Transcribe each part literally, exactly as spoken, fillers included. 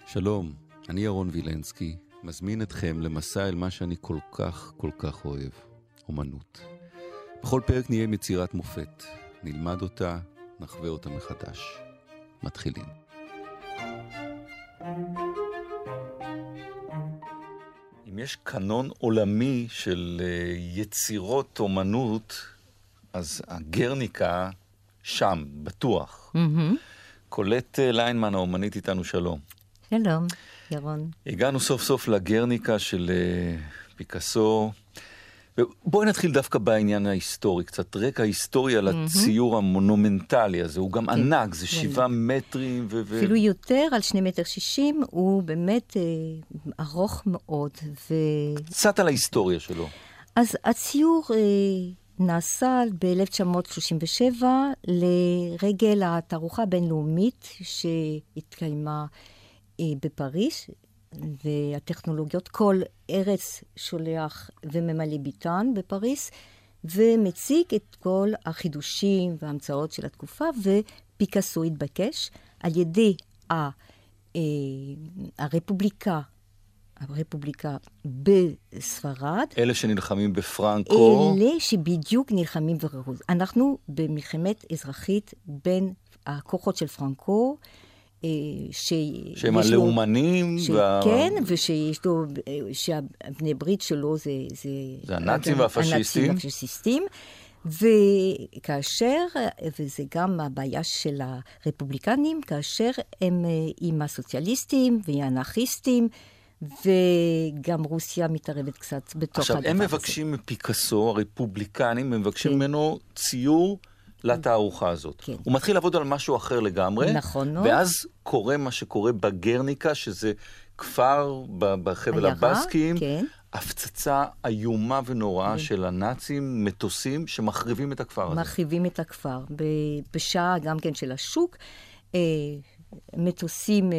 שלום, אני ירון וילנסקי, מזמין אתכם למסע אל מה שאני כל כך כל כך אוהב, אומנות. בכל פרק נהיה עם יצירת מופת, נלמד אותה, נחווה אותה מחדש. מתחילים. אם יש קנון עולמי של יצירות אומנות, אז הגרניקה שם, בטוח. Mm-hmm. קולט ליינמן, האומנית איתנו, שלום. שלום, ירון. הגענו סוף סוף לגרניקה של uh, פיקאסו. בואי נתחיל דווקא בעניין ההיסטורי, קצת רקע היסטורי על הציור המונומנטלי הזה. הוא גם ענק, זה שבעה מטרים. ו- אפילו יותר, על שני מטר שישים, הוא באמת אה, ארוך מאוד. ו... קצת על ההיסטוריה שלו. אז הציור אה, נעשה ב-אלף תשע מאות שלושים ושבע לרגל התערוכה הבינלאומית שהתקיימה אה, בפריז, והטכנולוגיות, כל ארץ שולח וממלא ביטן בפריז, ומציג את כל החידושים וההמצאות של התקופה, ופיקאסו התבקש על ידי ה, אה, הרפובליקה, הרפובליקה בספרד. אלה שנלחמים בפרנקו. אלה שבדיוק נלחמים בפרנקו. אנחנו במלחמת אזרחית בין הכוחות של פרנקו, ש... שהם הלאומנים. ש... וה... כן, ושיש לו, שהבני ברית שלו זה... זה, זה הנאצים והפשיסטים. הנאצים והפשיסטים. וכאשר, וזה גם הבעיה של הרפובליקנים, כאשר הם עם הסוציאליסטים והאנרכיסטים, וגם רוסיה מתערבת קצת בתוך עכשיו, הדבר הם הזה. מבקשים מפיקאסו, הרפובליקנים, הם מבקשים כן. ממנו ציור לתערוכה הזאת. כן. הוא מתחיל לעבוד על משהו אחר לגמרי. נכון. ואז קורה מה שקורה בגרניקה, שזה כפר בחבל הבסקים, כן. הפצצה איומה ונוראה כן. של הנאצים, מטוסים שמחריבים את הכפר הזה. מחריבים את הכפר. בשעה גם כן של השוק, מטוסים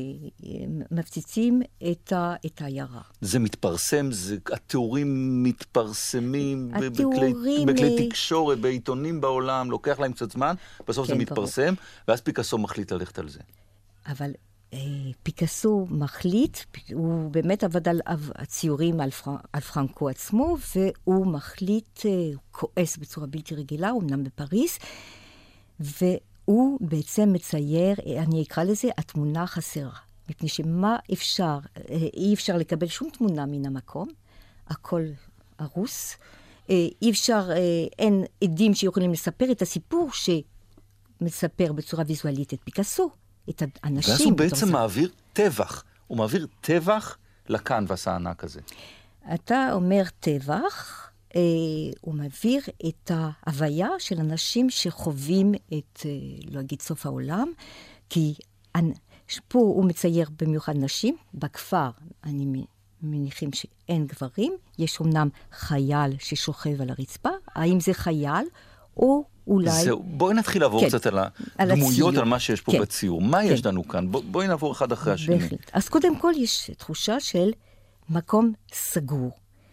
מפציצים את, ה, את העיירה. זה מתפרסם, זה, התיאורים מתפרסמים התיאורים... בכלי, בכלי תקשורת, בעיתונים בעולם, לוקח להם קצת זמן, בסוף כן, זה מתפרסם, ברור. ואז פיקאסו מחליט ללכת על זה. אבל אה, פיקאסו מחליט, הוא באמת עבד על הציורים על, פר, על פרנקו עצמו, והוא מחליט, אה, הוא כועס בצורה בלתי רגילה, הוא אמנם בפריז, ו... הוא בעצם מצייר, אני אקרא לזה, התמונה חסרה. מפני שמה אפשר, אי אפשר לקבל שום תמונה מן המקום, הכל הרוס. אי אפשר, אין עדים שיכולים לספר את הסיפור שמספר בצורה ויזואלית את פיקאסו, את האנשים. ואז הוא בעצם מעביר טבח, הוא מעביר טבח לקנבס הענק הזה. אתה אומר טבח, הוא מעביר את ההוויה של אנשים שחווים את, לא אגיד סוף העולם, כי פה הוא מצייר במיוחד נשים, בכפר אני מניחים שאין גברים, יש אומנם חייל ששוכב על הרצפה, האם זה חייל או אולי... זהו, בואי נתחיל לעבור כן, קצת על הדמויות, על, על מה שיש פה כן, בציור. מה כן. יש לנו כאן? בוא, בואי נעבור אחד אחרי השני. בהחלט. אז קודם כל יש תחושה של מקום סגור.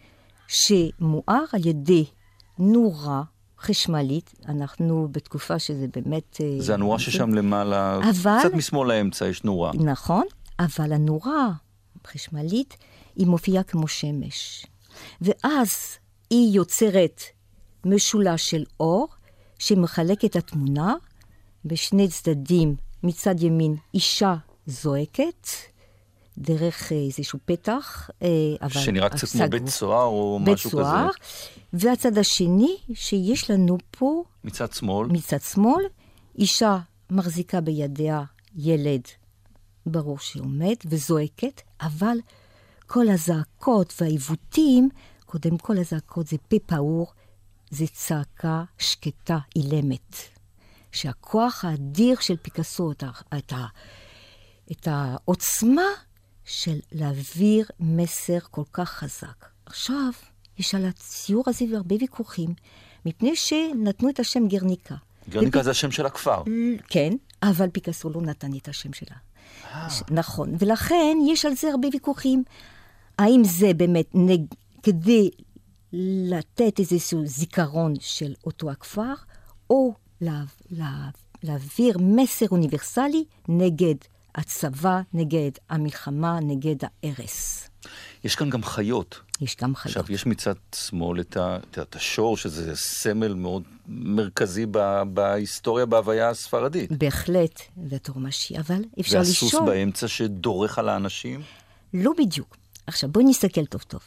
שמואר על ידי נורה חשמלית, אנחנו בתקופה שזה באמת... זה הנורה ששם למעלה, אבל, קצת משמאל לאמצע יש נורה. נכון, אבל הנורה חשמלית היא מופיעה כמו שמש. ואז היא יוצרת משולש של אור, שמחלק את התמונה בשני צדדים, מצד ימין אישה זועקת, דרך איזשהו פתח. שנראה קצת כמו בית סוהר או משהו כזה. בית סוהר, והצד השני שיש לנו פה... מצד שמאל. מצד שמאל, אישה מחזיקה בידיה ילד ברור שעומד וזועקת, אבל כל הזעקות והעיוותים, קודם כל הזעקות זה פה פעור, זה צעקה שקטה אילמת. שהכוח האדיר של פיקאסו, את, את, את העוצמה, של להעביר מסר כל כך חזק. עכשיו, יש על הציור הזה הרבה ויכוחים, מפני שנתנו את השם גרניקה. גרניקה ופ... זה השם של הכפר. כן, אבל פיקאסו לא נתן את השם שלה. נכון, ולכן יש על זה הרבה ויכוחים. האם זה באמת נג... כדי לתת איזשהו זיכרון של אותו הכפר, או לה... לה... להעביר מסר אוניברסלי נגד הצבא נגד המלחמה, נגד ההרס. יש כאן גם חיות. יש גם חיות. עכשיו, יש מצד שמאל את, ה, את השור, שזה סמל מאוד מרכזי ב, בהיסטוריה, בהוויה הספרדית. בהחלט, זה תורמשי, אבל אפשר לשאול... והסוס באמצע שדורך על האנשים? לא בדיוק. עכשיו, בואי נסתכל טוב טוב.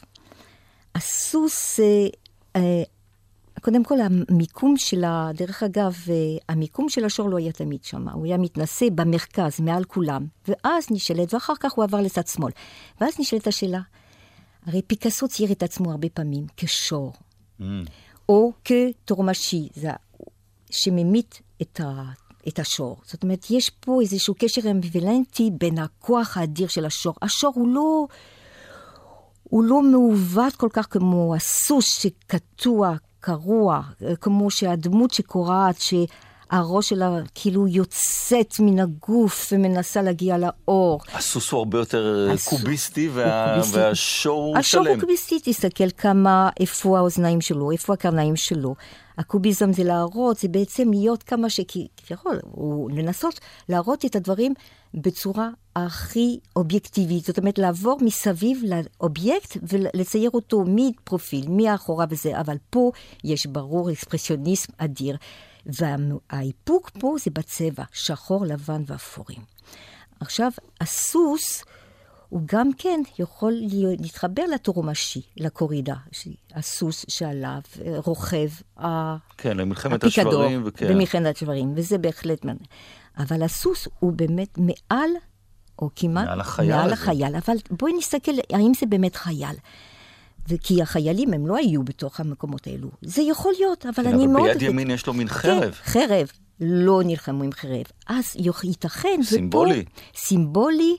הסוס, אה, אה, קודם כל, המיקום שלה, דרך אגב, אה, המיקום של השור לא היה תמיד שם. הוא היה מתנסה במרכז, מעל כולם, ואז נשאלת, ואחר כך הוא עבר לצד שמאל. ואז נשאלת השאלה, הרי פיקאסו צייר את עצמו הרבה פעמים כשור, mm. או כתורמשי, זה שממית את, ה, את השור. זאת אומרת, יש פה איזשהו קשר אמביוולנטי בין הכוח האדיר של השור. השור הוא לא, הוא לא מעוות כל כך כמו הסוס שקטוע, קרוע, כמו שהדמות שקורעת, שהראש שלה כאילו יוצאת מן הגוף ומנסה להגיע לאור. הסוס הוא הרבה יותר הסוס, קוביסטי, וה... קוביסטי. והשור הוא השור שלם. הוא קוביסטי, תסתכל כמה, איפה האוזניים שלו, איפה הקרניים שלו. הקוביזם זה להראות, זה בעצם להיות כמה שכביכול, הוא לנסות להראות את הדברים בצורה הכי אובייקטיבית. זאת אומרת, לעבור מסביב לאובייקט ולצייר אותו מפרופיל, מאחורה וזה. אבל פה יש ברור אקספרסיוניסם אדיר. והאיפוק פה זה בצבע, שחור, לבן ואפורים. עכשיו, הסוס הוא גם כן יכול להתחבר לתורמשי, לקורידה, הסוס שעליו רוכב כן, למלחמת השברים. וכן. במלחמת השברים, וזה בהחלט מעניין. אבל הסוס הוא באמת מעל, או כמעט, מעל החייל. מעל החייל. אבל בואי נסתכל, האם זה באמת חייל? וכי החיילים הם לא היו בתוך המקומות האלו. זה יכול להיות, אבל כן, אני אבל מאוד... ביד ימין יש לו מין חרב. כן, חרב. לא נלחמו עם חרב. אז ייתכן, סימבולי. ופה, סימבולי,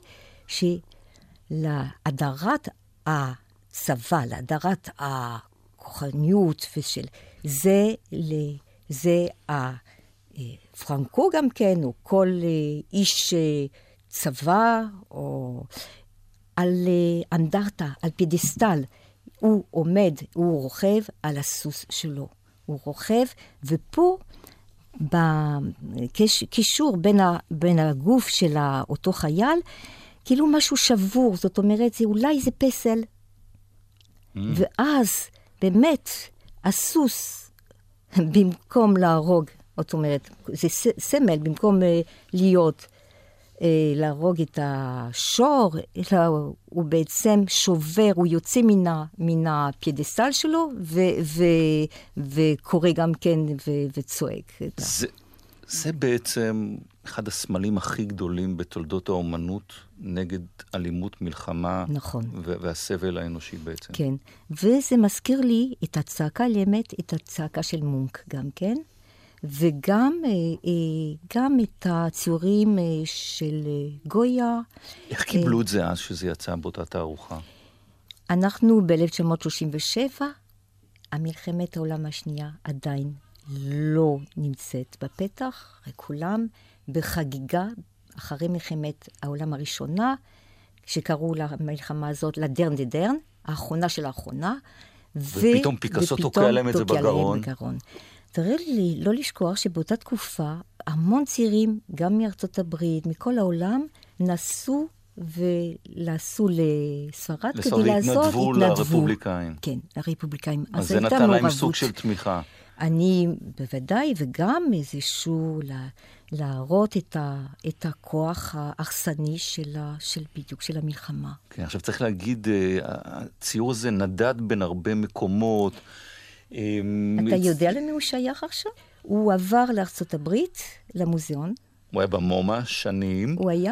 שלהדרת הצבא, להדרת הכוחניות ושל... זה, זה הפרנקו גם כן, או כל איש צבא, או על אנדרטה, על פדסטל, הוא עומד, הוא רוכב על הסוס שלו. הוא רוכב, ופה בקישור בין, ה, בין הגוף של אותו חייל, כאילו משהו שבור, זאת אומרת, זה, אולי זה פסל. Mm. ואז באמת הסוס, במקום להרוג, זאת אומרת, זה סמל, במקום להיות... להרוג את השור, אלא הוא בעצם שובר, הוא יוצא מן, מן הפיידסטל שלו, ו, ו, וקורא גם כן ו, וצועק. זה, זה בעצם אחד הסמלים הכי גדולים בתולדות האומנות, נגד אלימות, מלחמה, נכון. והסבל האנושי בעצם. כן, וזה מזכיר לי את הצעקה לאמת, את הצעקה של מונק גם כן, וגם גם את הציורים של גויה. איך קיבלו את זה אז שזה יצא באותה תערוכה? אנחנו ב-אלף תשע מאות שלושים ושבע, המלחמת העולם השנייה עדיין לא נמצאת בפתח, כולם בחגיגה אחרי מלחמת העולם הראשונה, שקראו למלחמה הזאת לדרן דה דרן, האחרונה של האחרונה. ופתאום פיקאסו תוקע להם את זה בגרון. צריך לי לא לשכוח שבאותה תקופה, המון צעירים, גם מארצות הברית, מכל העולם, נסו ולעשו לספרד כדי לעשות, התנדבו לרפובליקאים. כן, לרפובליקאים. אז זה נתן להם סוג של תמיכה. אני בוודאי, וגם איזשהו להראות את, ה, את הכוח האכסני של, ה, של בדיוק של המלחמה. כן, עכשיו צריך להגיד, הציור הזה נדד בין הרבה מקומות, אתה יודע למי הוא שייך עכשיו? הוא עבר לארצות הברית, למוזיאון. הוא היה במומה שנים. הוא היה,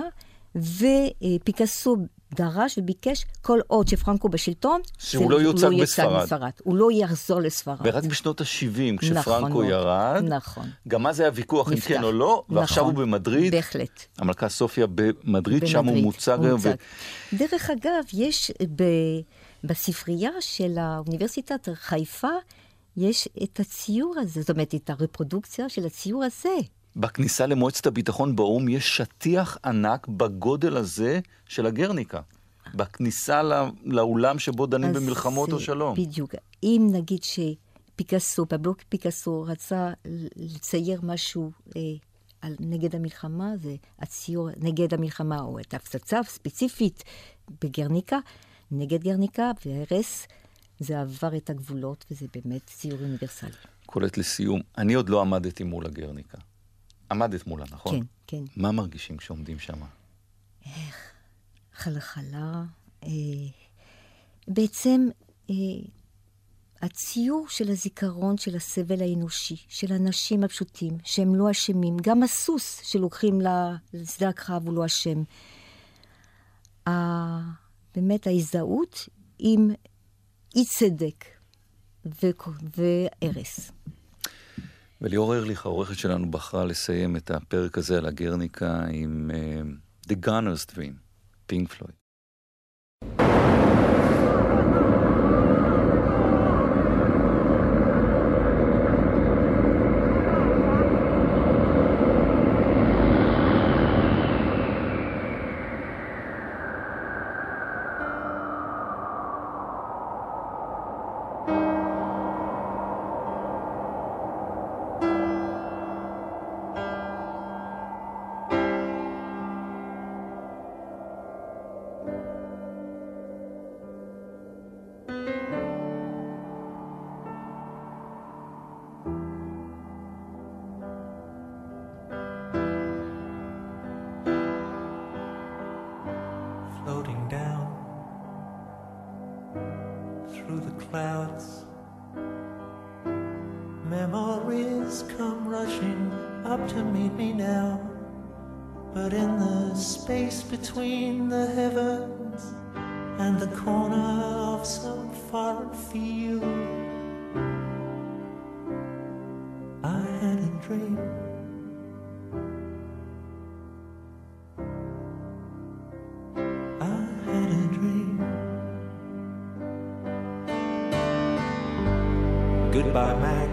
ופיקאסו דרש וביקש כל עוד שפרנקו בשלטון, שהוא לא יוצג בספרד. הוא לא יחזור לספרד. ורק בשנות ה-שבעים, כשפרנקו ירד, נכון. גם אז היה ויכוח אם כן או לא, ועכשיו הוא במדריד. בהחלט. המלכה סופיה במדריד, שם הוא מוצג. דרך אגב, יש בספרייה של האוניברסיטת חיפה, יש את הציור הזה, זאת אומרת, את הרפרודוקציה של הציור הזה. בכניסה למועצת הביטחון באום יש שטיח ענק בגודל הזה של הגרניקה. בכניסה לאולם שבו דנים במלחמות או שלום. בדיוק. אם נגיד שפיקאסו, פבלו פיקאסו רצה לצייר משהו אה, על נגד המלחמה, זה הציור נגד המלחמה, או את הפצצה ספציפית בגרניקה, נגד גרניקה, והרס, זה עבר את הגבולות, וזה באמת ציור אוניברסלי. קולט לסיום, אני עוד לא עמדתי מול הגרניקה. עמדת מולה, נכון? כן, כן. מה מרגישים כשעומדים שם? איך, חלחלה. אה, בעצם, אה, הציור של הזיכרון של הסבל האנושי, של האנשים הפשוטים, שהם לא אשמים, גם הסוס שלוקחים לשדה הקרב הוא לא אשם. ה... באמת ההזדהות עם אי צדק והרס. וליאור ארליך, העורכת שלנו, בחרה לסיים את הפרק הזה על הגרניקה עם uh, The Gunner's Dream, פינק פלויד. Between the heavens and the corner of some far field, I had a dream. I had a dream. Goodbye, Max.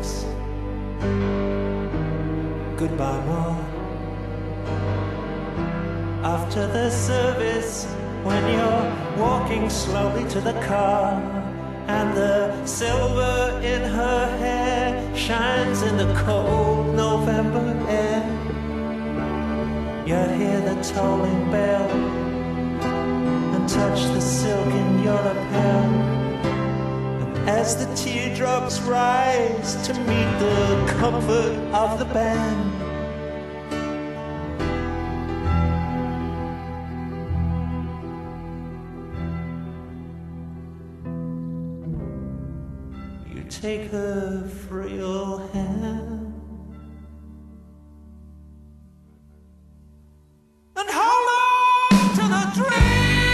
Goodbye, Mom. After the service, when you're walking slowly to the car, and the silver in her hair shines in the cold November air, you hear the tolling bell and touch the silk in your lapel, and as the teardrops rise to meet the comfort of the band, take her frail hand and hold on to the dream.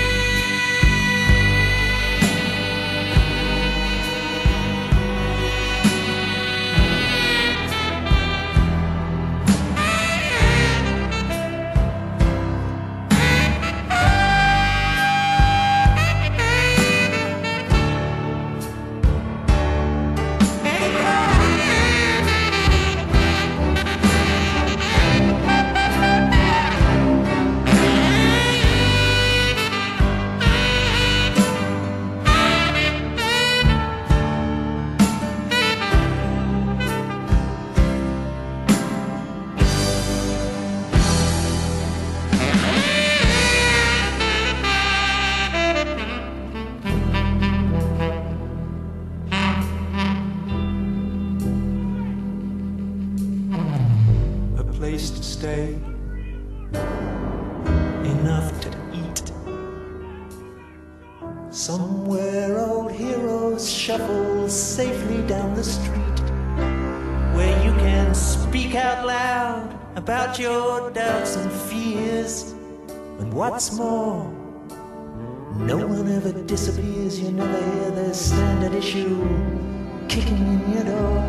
Somewhere old heroes shuffle safely down the street, where you can speak out loud about your doubts and fears. And what's more, no one ever disappears. You never hear the standard issue kicking in your door.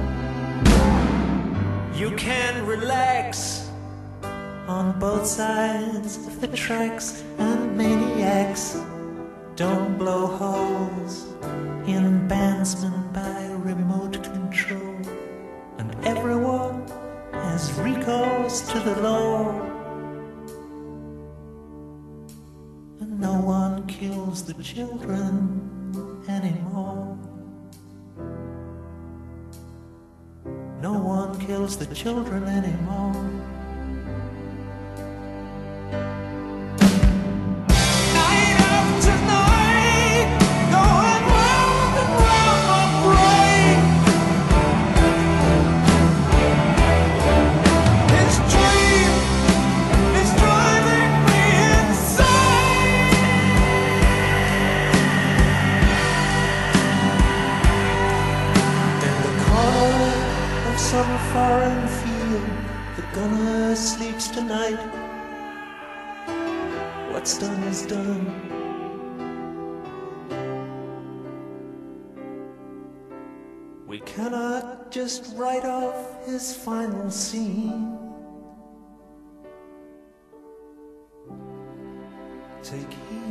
You can relax on both sides of the tracks, and maniacs don't blow holes in bandsmen by remote control. And everyone has recourse to the law, and no one kills the children anymore. No one kills the children anymore. the gunner sleeps tonight. What's done is done. We cannot just write off his final scene. Take heed.